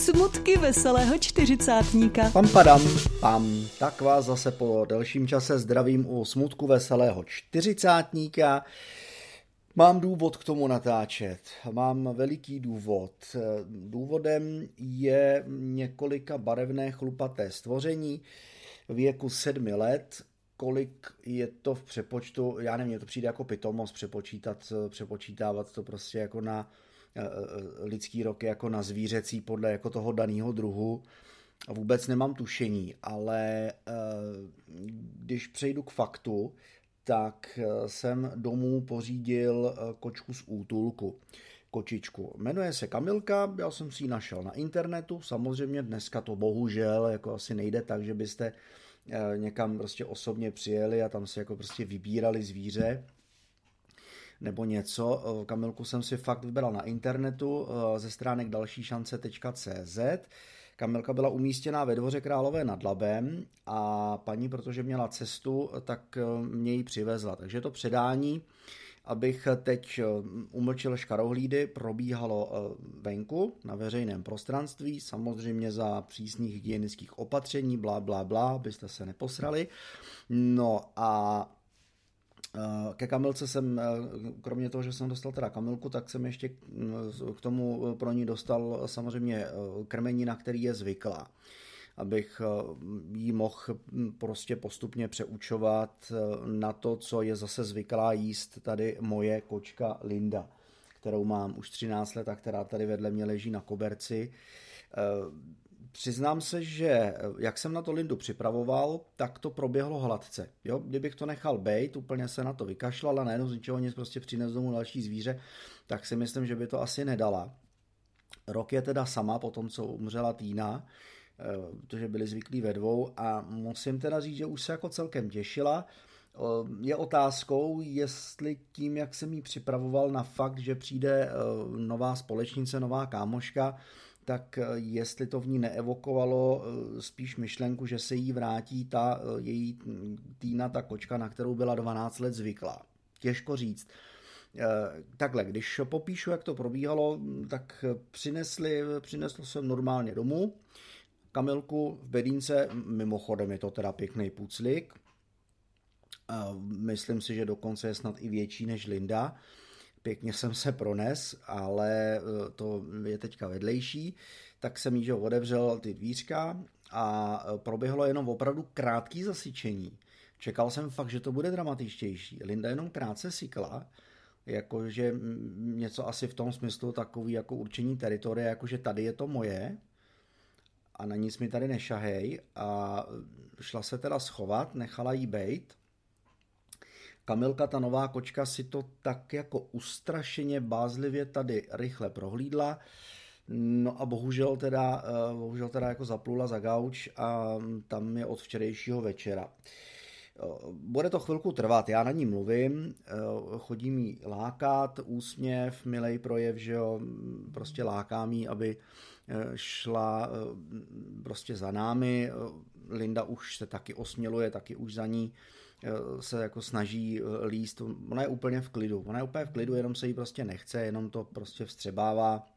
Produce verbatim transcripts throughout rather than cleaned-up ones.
Smutky veselého čtyřicátníka. Pam padam, pam, tak vás zase po delším čase zdravím u Smutku veselého čtyřicátníka. Mám důvod k tomu natáčet, mám veliký důvod. Důvodem je několika barevné chlupaté stvoření věku sedmi let. Kolik je to v přepočtu, já nevím, mně to přijde jako pitomost přepočítat, přepočítávat to prostě jako na lidský roky, jako na zvířecí podle jako toho daného druhu. Vůbec nemám tušení, ale když přejdu k faktu, tak jsem domů pořídil kočku z útulku. Kočičku. Jmenuje se Kamilka, já jsem si ji našel na internetu, samozřejmě dneska to bohužel jako asi nejde tak, že byste někam prostě osobně přijeli a tam si jako prostě vybírali zvíře nebo něco. Kamilku jsem si fakt vybral na internetu ze stránek další šance tečka cé zet. Kamilka byla umístěná ve Dvoře Králové nad Labem a paní, protože měla cestu, tak mě ji přivezla. Takže to předání, abych teď umlčil škarohlídy, probíhalo venku na veřejném prostranství, samozřejmě za přísných hygienických opatření, blá, blá, blá, abyste se neposrali. No a ke Kamilce jsem, kromě toho, že jsem dostal teda Kamilku, tak jsem ještě k tomu pro ní dostal samozřejmě krmení, na který je zvyklá, abych jí mohl prostě postupně přeučovat na to, co je zase zvyklá jíst tady moje kočka Linda, kterou mám už třináct let a která tady vedle mě leží na koberci. Přiznám se, že jak jsem na to Lindu připravoval, tak to proběhlo hladce. Jo? Kdybych to nechal bejt, úplně se na to vykašlal a najednou z ničeho nic prostě přines domů další zvíře, tak si myslím, že by to asi nedala. Rok je teda sama po tom, co umřela Týna, protože byli zvyklí ve dvou a musím teda říct, že už se jako celkem těšila. Je otázkou, jestli tím, jak jsem jí připravoval na fakt, že přijde nová společnice, nová kámoška, tak jestli to v ní neevokovalo spíš myšlenku, že se jí vrátí ta její Týna, ta kočka, na kterou byla dvanáct let zvyklá. Těžko říct. Takhle, když popíšu, jak to probíhalo, tak přinesli, přinesl jsem normálně domů Kamilku v bedínce, mimochodem je to teda pěkný puclík. Myslím si, že dokonce je snad i větší než Linda. Pěkně jsem se prones, ale to je teďka vedlejší. Tak jsem jí že otevřel ty dvířka a proběhlo jenom opravdu krátký zasyčení. Čekal jsem fakt, že to bude dramatičtější. Linda jenom krátce sykla, jakože něco asi v tom smyslu takový jako určení teritoria, jakože tady je to moje a na nic mi tady nešahej, a šla se teda schovat, nechala jí bejt. Kamilka, ta nová kočka, si to tak jako ustrašeně bázlivě tady rychle prohlídla, no a bohužel teda, bohužel teda jako zaplula za gauč a tam je od včerejšího večera. Bude to chvilku trvat, já na ní mluvím, chodím jí lákat, úsměv, milej projev, že jo, prostě lákám jí, aby šla prostě za námi. Linda už se taky osměluje, taky už za ní se jako snaží líst. Ona je úplně v klidu, ona je úplně v klidu, jenom se jí prostě nechce, jenom to prostě vstřebává,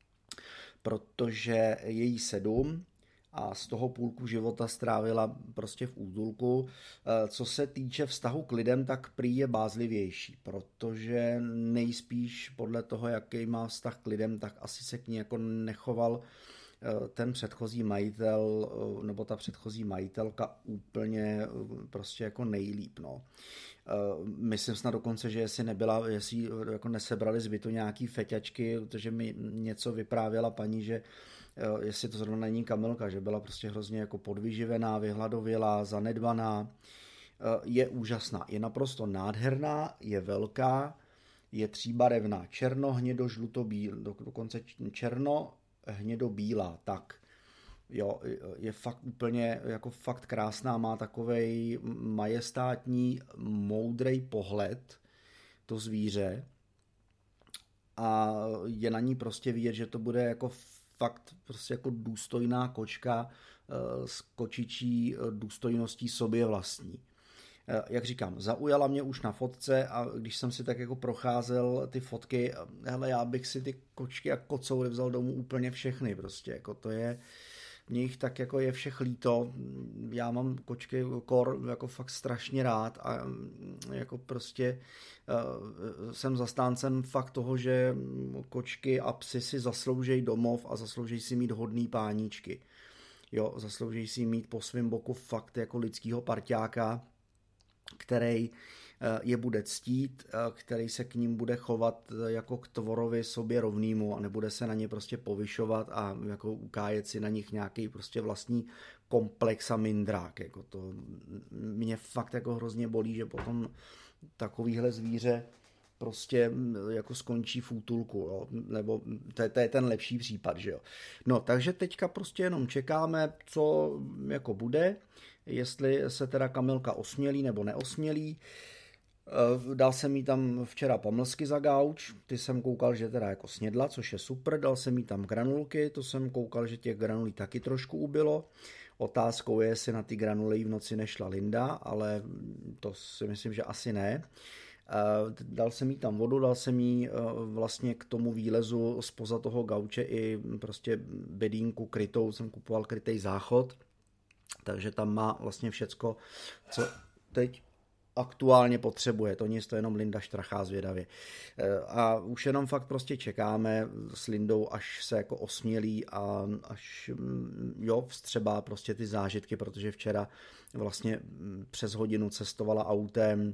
protože je jí sedm a z toho půlku života strávila prostě v útulku. Co se týče vztahu k lidem, tak prý je bázlivější, protože nejspíš podle toho, jaký má vztah k lidem, tak asi se k ní jako nechoval ten předchozí majitel nebo ta předchozí majitelka úplně prostě jako nejlíp. No. Myslím snad dokonce, že jestli nebyla, jestli jako nesebrali z bytu nějaký feťačky, protože mi něco vyprávěla paní, že jestli to zrovna není Kamilka, že byla prostě hrozně jako podvyživená, vyhladovělá, zanedbaná. Je úžasná, je naprosto nádherná, je velká, je tříbarevná, černo, hnědo, žluto, bíl, dokonce černo, hnědo, bílá, tak. Jo, je fakt úplně, jako fakt krásná, má takovej majestátní, moudrej pohled, to zvíře, a je na ní prostě vidět, že to bude jako fakt prostě jako důstojná kočka s kočičí důstojností sobě vlastní. Jak říkám, zaujala mě už na fotce a když jsem si tak jako procházel ty fotky, hele, já bych si ty kočky a kocoury vzal domů úplně všechny prostě, jako to je, mě jich tak jako je všech líto, já mám kočky kor jako fakt strašně rád a jako prostě uh, jsem zastáncem fakt toho, že kočky a psy si zasloužejí domov a zasloužejí si mít hodný páníčky. Jo, zaslouží si mít po svém boku fakt jako lidskýho parťáka, který je bude ctít, který se k ním bude chovat jako k tvorovi sobě rovnýmu a nebude se na ně prostě povyšovat a jako ukájet si na nich nějaký prostě vlastní komplex a mindrák. Jako to mě fakt jako hrozně bolí, že potom takovýhle zvíře prostě jako skončí v útulku, jo? Nebo to je, to je ten lepší případ, že jo. No, takže teďka prostě jenom čekáme, co jako bude, jestli se teda Kamilka osmělí nebo neosmělí. Dal jsem jí tam včera pamlsky za gauč, ty jsem koukal, že teda jako snědla, což je super, dal jsem jí tam granulky, to jsem koukal, že těch granulí taky trošku ubylo. Otázkou je, jestli na ty granule jí v noci nešla Linda, ale to si myslím, že asi ne. Dal jsem jí tam vodu, dal jsem jí vlastně k tomu výlezu spoza toho gauče i prostě bedínku krytou, jsem kupoval krytej záchod, takže tam má vlastně všecko, co teď aktuálně potřebuje, to nic, to jenom Linda štrachá zvědavě. A už jenom fakt prostě čekáme s Lindou, až se jako osmělí a až jo, vstřebá prostě ty zážitky, protože včera vlastně přes hodinu cestovala autem.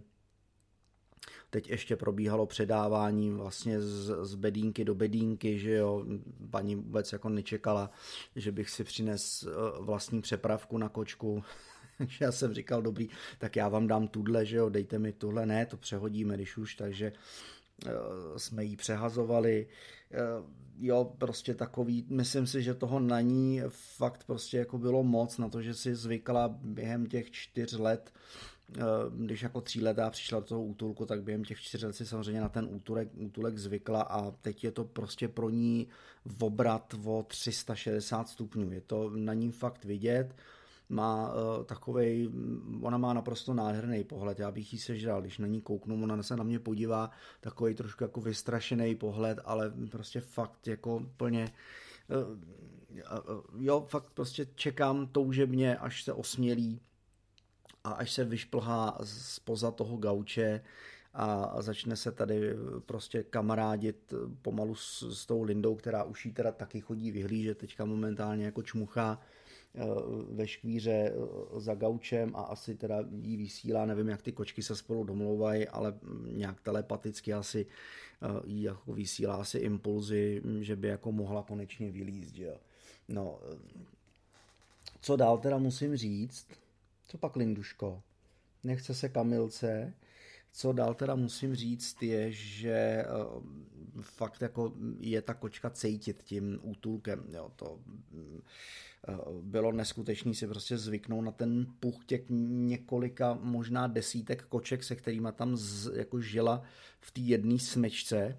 Teď ještě probíhalo předávání vlastně z, z bedínky do bedínky, že jo, paní vůbec jako nečekala, že bych si přines vlastní přepravku na kočku. Já jsem říkal, dobrý, tak já vám dám tuhle, že jo, dejte mi tuhle, ne, to přehodíme, když už, takže uh, jsme jí přehazovali, uh, jo, prostě takový, myslím si, že toho na ní fakt prostě jako bylo moc, na to, že si zvykla během těch čtyř let, když jako tříletá přišla do toho útulku, tak během těch čtyř let si samozřejmě na ten útulek, útulek zvykla a teď je to prostě pro ní obrat o tři sta šedesát stupňů. Je to na ní fakt vidět. Má uh, takovej, ona má naprosto nádherný pohled, já bych jí sežral, když na ní kouknu, ona se na mě podívá, takovej trošku jako vystrašený pohled, ale prostě fakt jako plně uh, uh, jo, fakt prostě čekám toužebně, až se osmělí a až se vyšplhá spoza toho gauče a začne se tady prostě kamarádit pomalu s, s tou Lindou, která už jí teda taky chodí vyhlížet, teďka momentálně jako čmuchá ve škvíře za gaučem a asi teda jí vysílá, nevím, jak ty kočky se spolu domlouvají, ale nějak telepaticky asi jí jako vysílá asi impulzy, že by jako mohla konečně vylízt, jo. No, co dál teda musím říct? Co pak, Linduško? Nechce se Kamilce. Co dál teda musím říct je, že uh, fakt jako je ta kočka cejtit tím útulkem. Jo, to uh, bylo neskutečný si prostě zvyknout na ten puch těch několika, možná desítek koček, se kterýma tam z, jako žila v té jedné smečce.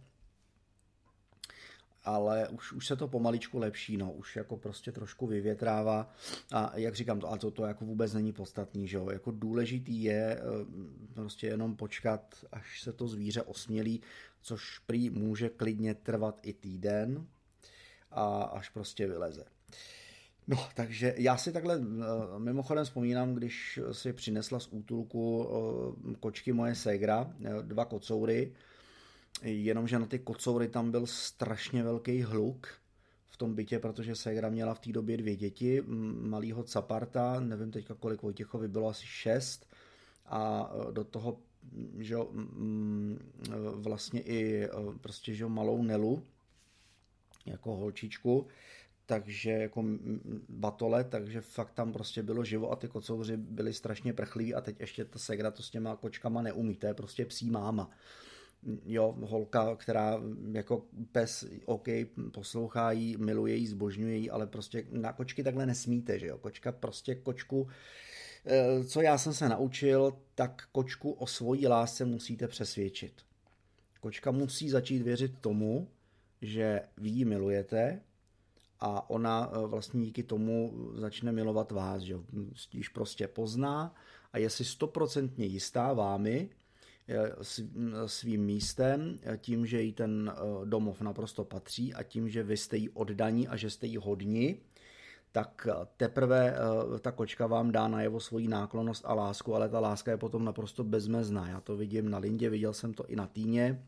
Ale už, už se to pomaličku lepší, no, už jako prostě trošku vyvětrává a jak říkám, to, ale to, to jako vůbec není podstatný, že jo, jako důležitý je prostě jenom počkat, až se to zvíře osmělí, což prý může klidně trvat i týden a až prostě vyleze. No, takže já si takhle mimochodem vzpomínám, když si přinesla z útulku kočky moje ségra, dva kocoury, jenomže na ty kocoury tam byl strašně velký hluk v tom bytě, protože ségra měla v té době dvě děti, malýho caparta, nevím teďka kolik Vojtěchovi bylo, asi šest a do toho, že vlastně i prostě, že malou Nelu jako holčičku, takže jako batole, takže fakt tam prostě bylo živo a ty kocouři byli strašně prchlí a teď ještě ta ségra to s těma kočkama neumí, to je prostě psí máma. Jo, holka, která jako pes, OK, poslouchá jí, miluje jí, zbožňuje jí, ale prostě na kočky takhle nesmíte, že jo, kočka prostě kočku, co já jsem se naučil, tak kočku o svojí lásce musíte přesvědčit. Kočka musí začít věřit tomu, že vy ji milujete a ona vlastně díky tomu začne milovat vás, že již prostě pozná a je si stoprocentně jistá vámi, svým místem, tím, že jí ten domov naprosto patří a tím, že vy jste jí oddaní a že jste jí hodni, tak teprve ta kočka vám dá najevo svoji náklonnost a lásku, ale ta láska je potom naprosto bezmezná. Já to vidím na Lindě, viděl jsem to i na Týně.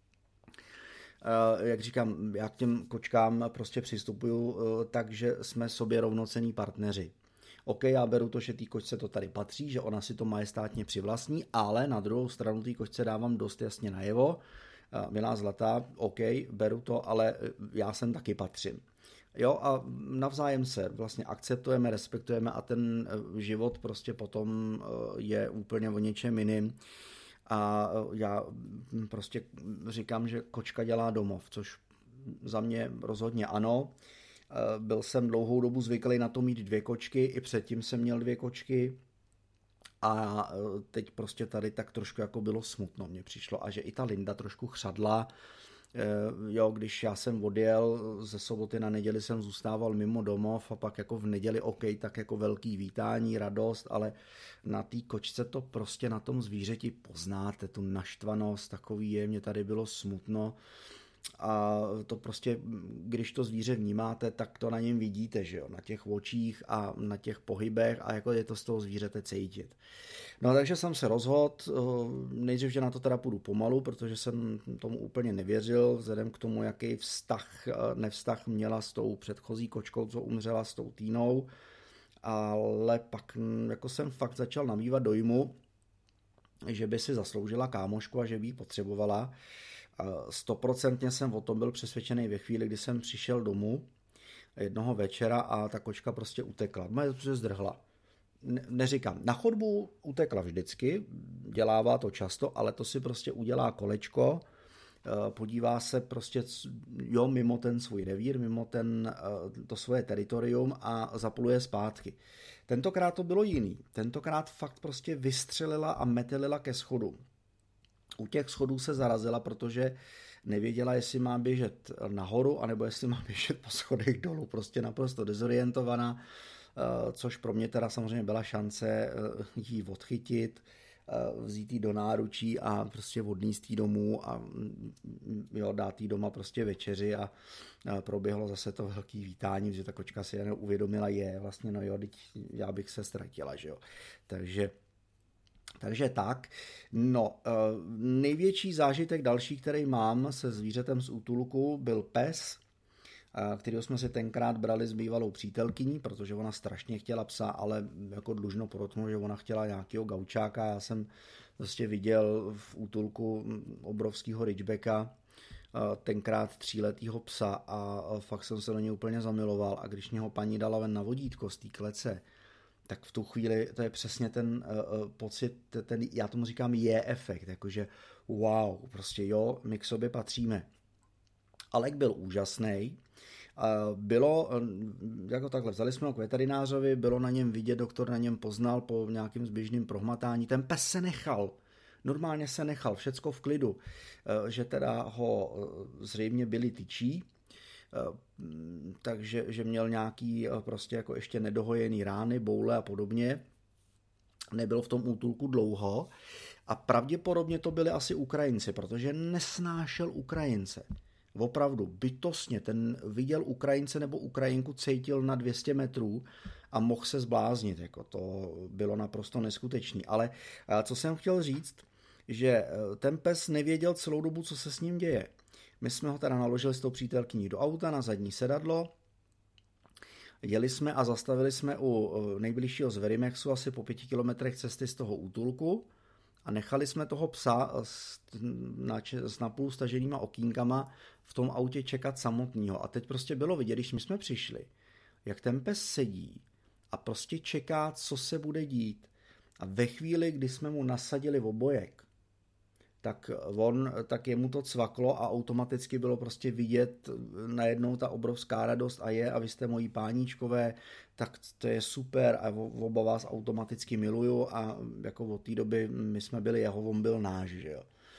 Jak říkám, já k těm kočkám prostě přistupuju tak, že jsme sobě rovnocenní partneři. OK, já beru to, že té kočce to tady patří, že ona si to majestátně přivlastní, ale na druhou stranu té kočce dávám dost jasně najevo. Milá zlatá, OK, beru to, ale já sem taky patřím. Jo, a navzájem se vlastně akceptujeme, respektujeme a ten život prostě potom je úplně o něčem jiným. A já prostě říkám, že kočka dělá domov, což za mě rozhodně ano. Byl jsem dlouhou dobu zvyklý na to mít dvě kočky, i předtím jsem měl dvě kočky a teď prostě tady tak trošku jako bylo smutno, mně přišlo a že i ta Linda trošku chřadla. Jo, když já jsem odjel, ze soboty na neděli jsem zůstával mimo domov a pak jako v neděli OK, tak jako velký vítání, radost, ale na té kočce to prostě na tom zvířeti poznáte, tu naštvanost, takový je, mně tady bylo smutno a to prostě, když to zvíře vnímáte, tak to na něm vidíte, že jo, na těch očích a na těch pohybech a jako je to z toho zvířete cítit. No takže jsem se rozhodl, nejdřív, že na to teda půjdu pomalu, protože jsem tomu úplně nevěřil, vzhledem k tomu, jaký vztah, nevztah měla s tou předchozí kočkou, co umřela, s tou Týnou, ale pak jako jsem fakt začal nabývat dojmu, že by si zasloužila kámošku a že by ji potřebovala. Stoprocentně jsem o tom byl přesvědčený ve chvíli, kdy jsem přišel domů jednoho večera a ta kočka prostě utekla. Moje se zdrhla. Ne, neříkám, na chodbu utekla vždycky, dělává to často, ale to si prostě udělá kolečko, podívá se prostě jo, mimo ten svůj revír, mimo ten, to svoje teritorium a zapluje zpátky. Tentokrát to bylo jiný. Tentokrát fakt prostě vystřelila a metelila ke schodům. U těch schodů se zarazila, protože nevěděla, jestli má běžet nahoru, anebo jestli má běžet po schodech dolů. Prostě naprosto dezorientovaná, což pro mě teda samozřejmě byla šance jí odchytit, vzít jí do náručí a prostě odníst jí domů a jo, dát jí doma prostě večeři a proběhlo zase to velký vítání, že ta kočka si jen uvědomila, je vlastně, no jo, teď já bych se ztratila, že jo. Takže Takže tak, no, největší zážitek další, který mám se zvířetem z útulku, byl pes, kterého jsme si tenkrát brali s bývalou přítelkyní, protože ona strašně chtěla psa, ale jako dlužno podotknout, že ona chtěla nějakého gaučáka. Já jsem prostě viděl v útulku obrovského ridgebacka, tenkrát tříletýho psa a fakt jsem se do něj úplně zamiloval a když mě ho paní dala ven na vodítko z té klece, tak v tu chvíli to je přesně ten uh, pocit, ten, já tomu říkám je efekt, jakože wow, prostě jo, my k sobě patříme. Alek byl úžasný. Uh, bylo, uh, jako takhle, vzali jsme ho k veterinářovi, bylo na něm vidět, doktor na něm poznal po nějakým zběžným prohmatání, ten pes se nechal, normálně se nechal, všecko v klidu, uh, že teda ho uh, zřejmě byli tyčí, takže že měl nějaký prostě jako ještě nedohojený rány, boule a podobně. Nebyl v tom útulku dlouho a pravděpodobně to byli asi Ukrajinci, protože nesnášel Ukrajince. Opravdu, bytostně, ten viděl Ukrajince nebo Ukrajinku, cítil na dvě stě metrů a mohl se zbláznit, jako to bylo naprosto neskutečný. Ale co jsem chtěl říct, že ten pes nevěděl celou dobu, co se s ním děje. My jsme ho teda naložili s tou přítelkyní do auta na zadní sedadlo, jeli jsme a zastavili jsme u nejbližšího Zverimexu asi po pěti kilometrech cesty z toho útulku a nechali jsme toho psa s, na, s napůl staženýma okýnkama v tom autě čekat samotného. A teď prostě bylo vidět, když my jsme přišli, jak ten pes sedí a prostě čeká, co se bude dít. A ve chvíli, kdy jsme mu nasadili obojek, tak on, tak jemu to cvaklo a automaticky bylo prostě vidět najednou ta obrovská radost a je a vy jste moji páníčkové, tak to je super a oba vás automaticky miluju a jako od té doby my jsme byli jeho, on byl náš, že jo.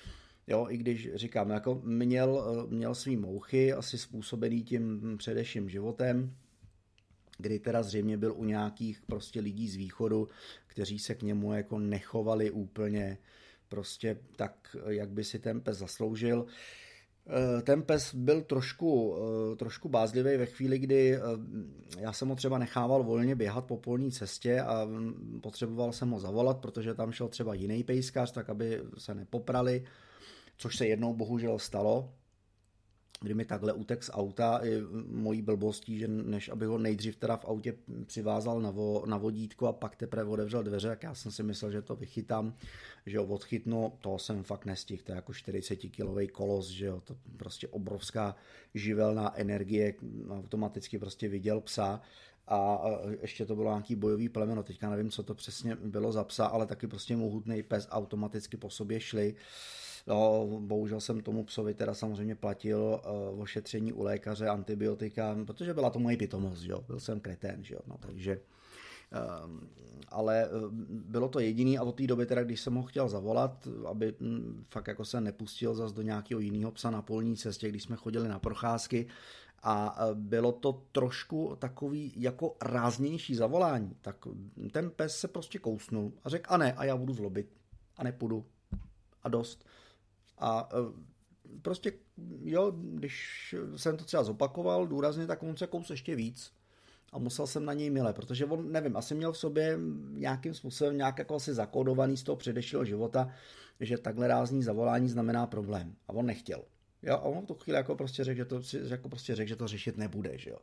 Jo, i když říkám, jako měl, měl svý mouchy, asi způsobený tím předešlým životem, kdy teda zřejmě byl u nějakých prostě lidí z východu, kteří se k němu jako nechovali úplně prostě tak, jak by si ten pes zasloužil. Ten pes byl trošku, trošku bázlivý ve chvíli, kdy já jsem ho třeba nechával volně běhat po polní cestě a potřeboval jsem ho zavolat, protože tam šel třeba jiný pejskař, tak aby se nepoprali, což se jednou bohužel stalo, kdy mi takhle utek z auta i mojí blbostí, že než aby ho nejdřív teda v autě přivázal na, vo, na vodítko a pak teprve otevřel dveře, tak já jsem si myslel, že to vychytám, že ho odchytnu, toho jsem fakt nestihl, to je jako čtyřicetikilový kolos, že jo, to prostě obrovská živelná energie, automaticky prostě viděl psa a ještě to bylo nějaký bojový plemeno, teďka nevím, co to přesně bylo za psa, ale taky prostě mohutný pes, automaticky po sobě šli. No, bohužel jsem tomu psovi teda samozřejmě platil uh, ošetření u lékaře, antibiotika, protože byla to moje pitomost, jo, byl jsem kretén, jo, no, takže, uh, ale uh, bylo to jediný a od té doby teda, když jsem ho chtěl zavolat, aby m, fakt jako se nepustil zas do nějakého jiného psa na polní cestě, když jsme chodili na procházky a uh, bylo to trošku takový jako ráznější zavolání, tak ten pes se prostě kousnul a řekl a ne, a já budu zlobit a nepůjdu a dost. A prostě, jo, když jsem to třeba zopakoval důrazně, tak on se kous ještě víc. A musel jsem na něj mile, protože on, nevím, asi měl v sobě nějakým způsobem nějak jako asi zakódovaný z toho předešlého života, že takhle rázný zavolání znamená problém. A on nechtěl. Jo, a on v tu chvíli jako prostě řekl, že to, jako prostě řekl, že to řešit nebude, že jo.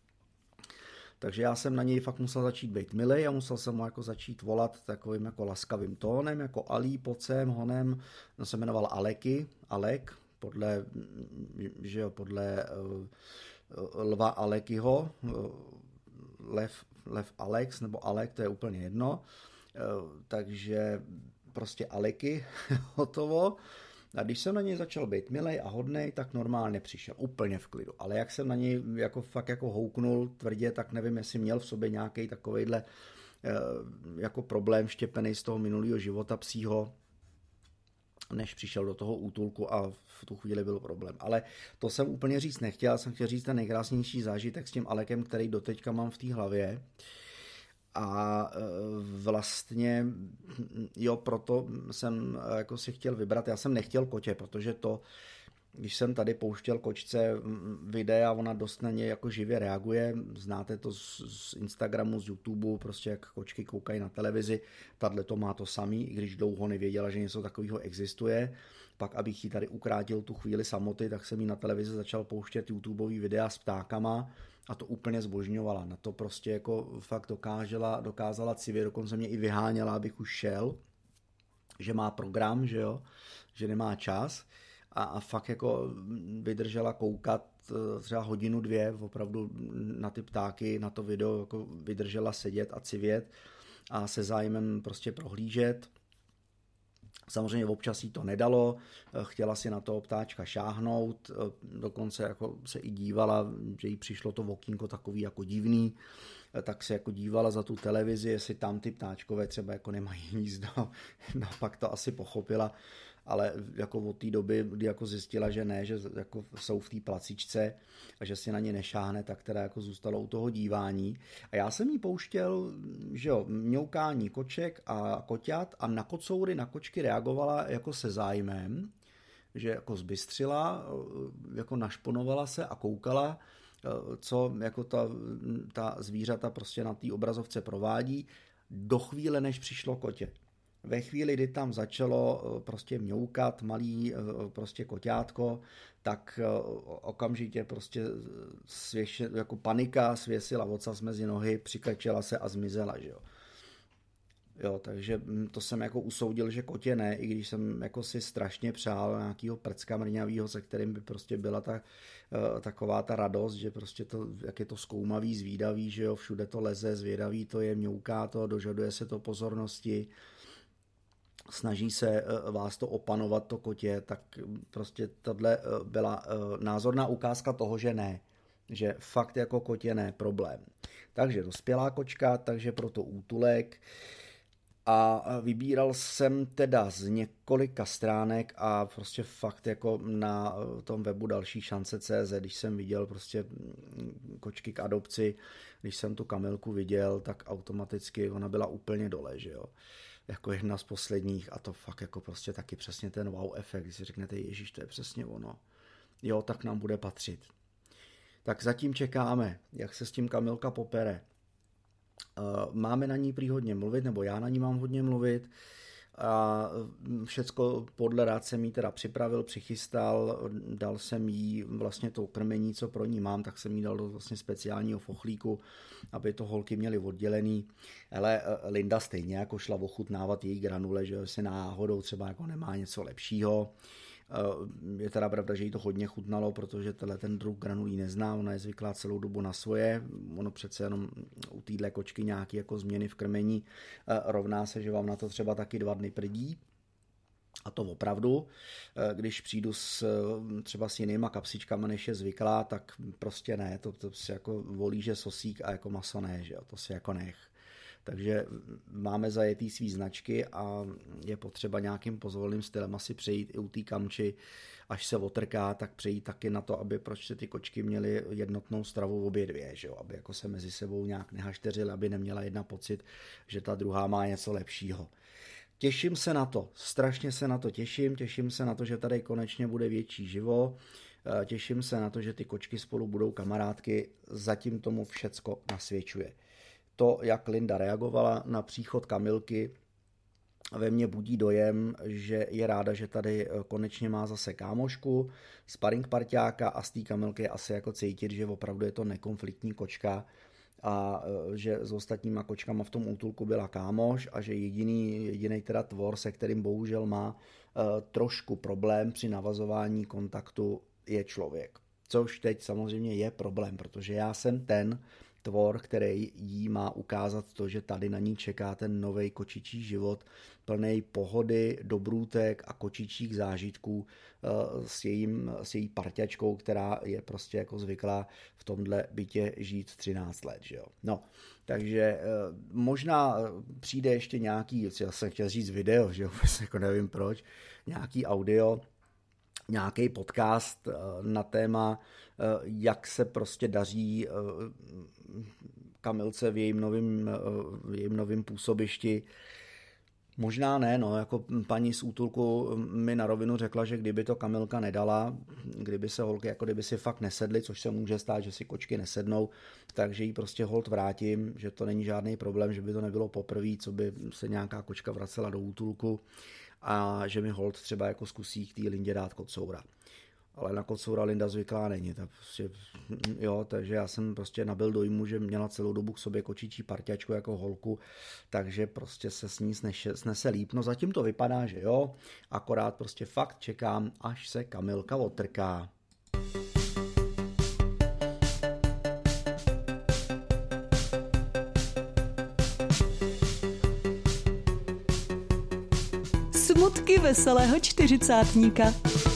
Takže já jsem na něj fakt musel začít být milej a musel jsem mu jako začít volat takovým jako laskavým tónem, jako Alí, pocem, honem, no se jmenoval Aleky, Alek, podle, že jo, podle uh, lva Alekyho, uh, lev, lev Alex nebo Alek, to je úplně jedno, uh, takže prostě Aleky, hotovo. A když jsem na něj začal být milej a hodnej, tak normálně přišel, úplně v klidu. Ale jak jsem na něj jako fakt jako houknul tvrdě, tak nevím, jestli měl v sobě nějaký takovejhle jako problém štěpený z toho minulého života psího, než přišel do toho útulku a v tu chvíli byl problém. Ale to jsem úplně říct nechtěl, jsem chtěl říct ten nejkrásnější zážitek s tím Alekem, který doteďka mám v té hlavě. A vlastně, jo, proto jsem jako si chtěl vybrat, já jsem nechtěl kotě, protože to, když jsem tady pouštěl kočce videa, ona dost na ně jako živě reaguje, znáte to z, z Instagramu, z YouTube, prostě jak kočky koukají na televizi, tahle to má to samý, i když dlouho nevěděla, že něco takového existuje, pak abych jí tady ukrátil tu chvíli samoty, tak jsem jí na televizi začal pouštět YouTubeový videa s ptákama, a to úplně zbožňovala. Na to prostě jako fakt dokážela, dokázala civě, dokonce mě i vyháněla, abych už šel, že má program, že jo, že nemá čas a, a fakt jako vydržela koukat třeba hodinu, dvě, opravdu na ty ptáky, na to video jako vydržela sedět a civět a se zájmem prostě prohlížet. Samozřejmě občas jí to nedalo, chtěla si na toho ptáčka šáhnout, dokonce jako se i dívala, že jí přišlo to okýnko takový jako divný, tak se jako dívala za tu televizi, jestli tam ty ptáčkové třeba jako nemají hnízdo, no pak to asi pochopila, ale jako od té doby, kdy jako zjistila, že ne, že jako jsou v té placičce a že si na ně nešáhne, tak teda jako zůstalo u toho dívání. A já jsem jí pouštěl, že jo, mňoukání koček a koťat a na kocoury, na kočky reagovala jako se zájmem, že jako zbystřila, jako našponovala se a koukala, co jako ta, ta zvířata prostě na té obrazovce provádí, do chvíle, než přišlo kotě. Ve chvíli, kdy tam začalo prostě mňoukat malý prostě koťátko, tak okamžitě prostě svěše, jako panika svěsila ocas mezi nohy, přiklečela se a zmizela, že jo. Jo, takže to jsem jako usoudil, že kotě ne, i když jsem jako si strašně přál nějakýho prcka mrňavýho, se kterým by prostě byla ta, taková ta radost, že prostě to, jak je to zkoumavý, zvídavý, že jo, všude to leze, zvědavý to je, mňouká to, dožaduje se to pozornosti, snaží se vás to opanovat, to kotě, tak prostě tohle byla názorná ukázka toho, že ne, že fakt jako kotě ne, problém. Takže dospělá kočka, takže proto útulek. A vybíral jsem teda z několika stránek a prostě fakt jako na tom webu další šance tečka cé zet, když jsem viděl prostě kočky k adopci, když jsem tu Kamilku viděl, tak automaticky ona byla úplně dole, že jo. Jako jedna z posledních a to fakt jako prostě taky přesně ten wow efekt, když si řeknete, ježiš, to je přesně ono. Jo, tak nám bude patřit. Tak zatím čekáme, jak se s tím Kamilka popere. Máme na ní prý hodně mluvit, nebo já na ní mám hodně mluvit a všecko podle rád jsem jí teda připravil, přichystal, dal jsem jí vlastně to krmení, co pro ní mám, tak jsem jí dal do vlastně speciálního fochlíku, aby to holky měly oddělený. Ale Linda stejně jako šla ochutnávat její granule, že si náhodou třeba jako nemá něco lepšího. Je teda pravda, že jí to hodně chutnalo, protože tenhle ten druh granulí nezná, ona je zvyklá celou dobu na svoje, ono přece jenom u téhle kočky nějaké jako změny v krmení rovná se, že vám na to třeba taky dva dny prdí. A to opravdu, když přijdu s, třeba s jinýma kapsičkama, než je zvyklá, tak prostě ne, to, to si jako volí, že sosík a jako maso ne, že jo, to si jako nech. Takže máme zajetý svý značky a je potřeba nějakým pozvolným stylem asi přejít i u té kamči, až se otrká, tak přejít taky na to, aby prostě ty kočky měly jednotnou stravu obě dvě, že jo? Aby jako se mezi sebou nějak nehašteřily, aby neměla jedna pocit, že ta druhá má něco lepšího. Těším se na to, strašně se na to těším, těším se na to, že tady konečně bude větší živo, těším se na to, že ty kočky spolu budou kamarádky, zatím tomu všecko nasvědčuje. To, jak Linda reagovala na příchod Kamilky, ve mně budí dojem, že je ráda, že tady konečně má zase kámošku, sparring parťáka a z té Kamilky je asi jako cítit, že opravdu je to nekonfliktní kočka a že s ostatníma kočkama v tom útulku byla kámoš a že jediný, jediný teda tvor, se kterým bohužel má trošku problém při navazování kontaktu, je člověk. Což teď samozřejmě je problém, protože já jsem ten tvor, který jí má ukázat to, že tady na ní čeká ten novej kočičí život, plný pohody, dobrůtek a kočičích zážitků s, jejím, s její parťačkou, která je prostě jako zvyklá v tomhle bytě žít třináct let. Že jo? No, takže možná přijde ještě nějaký, já jsem chtěl říct video, že jo? Jako nevím proč, nějaký audio, nějaký podcast na téma, jak se prostě daří Kamilce v jejím novým, v jejím novým působišti. Možná ne, no, jako paní z útulku mi na rovinu řekla, že kdyby to Kamilka nedala, kdyby se holky, jako kdyby si fakt nesedly, což se může stát, že si kočky nesednou, takže jí prostě holt vrátím, že to není žádný problém, že by to nebylo poprvé, co by se nějaká kočka vracela do útulku a že mi holt třeba jako zkusí k té Lindě dát kocoura. Ale na kocoura Linda zvyklá není. Tak prostě, jo, takže já jsem prostě nabyl dojmu, že měla celou dobu k sobě kočičí parťačku jako holku, takže prostě se s ní snese, snese líp. No zatím to vypadá, že jo, akorát prostě fakt čekám, až se Kamilka otrká. Smutky veselého čtyřicátníka.